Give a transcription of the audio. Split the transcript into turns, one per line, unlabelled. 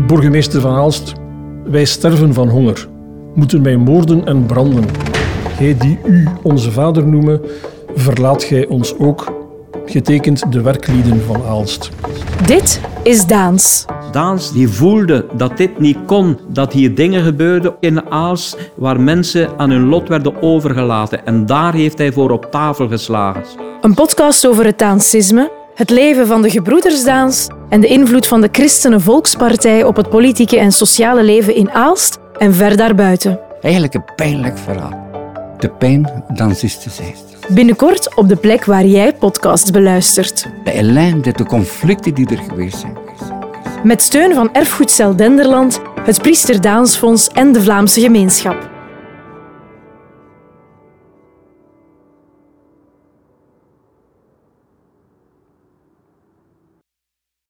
Burgemeester van Aalst, wij sterven van honger, moeten wij moorden en branden. Gij die u onze vader noemen, verlaat gij ons ook, getekend de werklieden van Aalst.
Dit is Daans.
Daans die voelde dat dit niet kon, dat hier dingen gebeurden in Aalst waar mensen aan hun lot werden overgelaten. En daar heeft hij voor op tafel geslagen.
Een podcast over het Daansisme, het leven van de gebroeders Daans en de invloed van de Christenen Volkspartij op het politieke en sociale leven in Aalst en ver daarbuiten.
Eigenlijk een pijnlijk verhaal. De pijn dansist te zijn.
Binnenkort op de plek waar jij podcasts beluistert.
De ellende, de conflicten die er geweest zijn.
Met steun van Erfgoedcel Denderland, het Priester Daans Fonds en de Vlaamse Gemeenschap.